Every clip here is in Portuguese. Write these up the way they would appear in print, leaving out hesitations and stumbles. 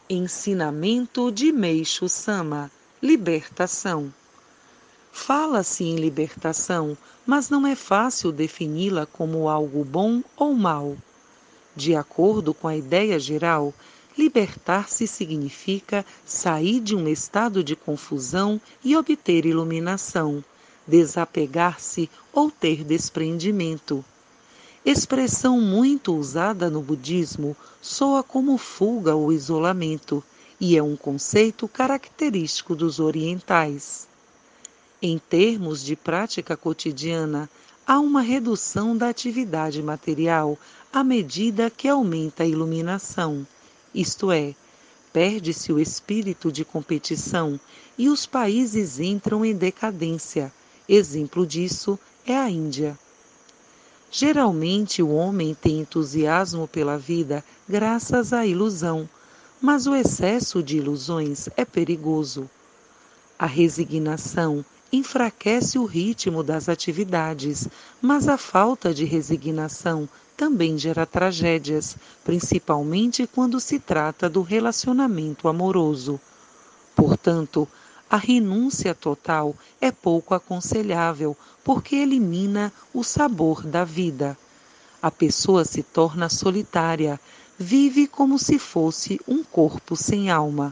Ensinamento de Meixo Sama: libertação. Fala-se em libertação, mas não é fácil defini-la como algo bom ou mal. De acordo com a ideia geral, libertar-se significa sair de um estado de confusão e obter iluminação, desapegar-se ou ter desprendimento. Expressão muito usada no budismo, soa como fuga ou isolamento, e é um conceito característico dos orientais. Em termos de prática cotidiana, há uma redução da atividade material à medida que aumenta a iluminação, isto é, perde-se o espírito de competição e os países entram em decadência. Exemplo disso é a Índia. Geralmente o homem tem entusiasmo pela vida graças à ilusão, mas o excesso de ilusões é perigoso. A resignação enfraquece o ritmo das atividades, mas a falta de resignação também gera tragédias, principalmente quando se trata do relacionamento amoroso. Portanto, a renúncia total é pouco aconselhável, porque elimina o sabor da vida. A pessoa se torna solitária, vive como se fosse um corpo sem alma.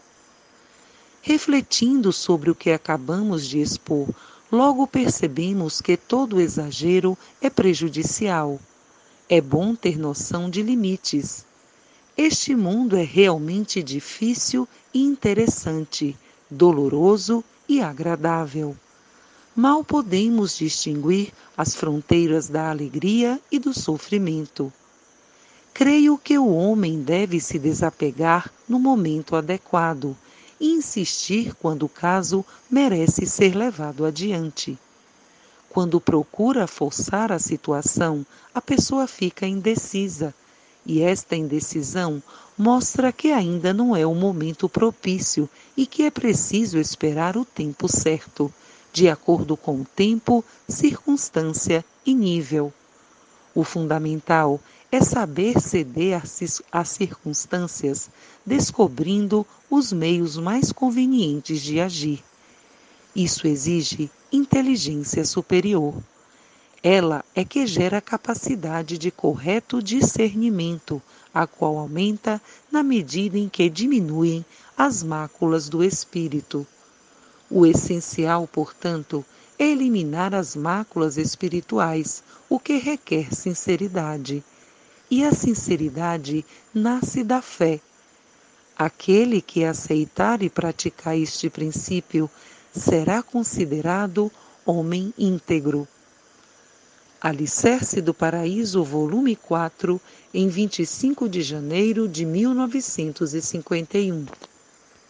Refletindo sobre o que acabamos de expor, logo percebemos que todo exagero é prejudicial. É bom ter noção de limites. Este mundo é realmente difícil e interessante, doloroso e agradável. Mal podemos distinguir as fronteiras da alegria e do sofrimento. Creio que o homem deve se desapegar no momento adequado e insistir quando o caso merece ser levado adiante. Quando procura forçar a situação, a pessoa fica indecisa, e esta indecisão mostra que ainda não é o momento propício e que é preciso esperar o tempo certo, de acordo com o tempo, circunstância e nível. O fundamental é saber ceder às circunstâncias, descobrindo os meios mais convenientes de agir. Isso exige inteligência superior. Ela é que gera a capacidade de correto discernimento, a qual aumenta na medida em que diminuem as máculas do espírito. O essencial, portanto, é eliminar as máculas espirituais, o que requer sinceridade. E a sinceridade nasce da fé. Aquele que aceitar e praticar este princípio será considerado homem íntegro. Alicerce do Paraíso, volume 4, em 25 de janeiro de 1951.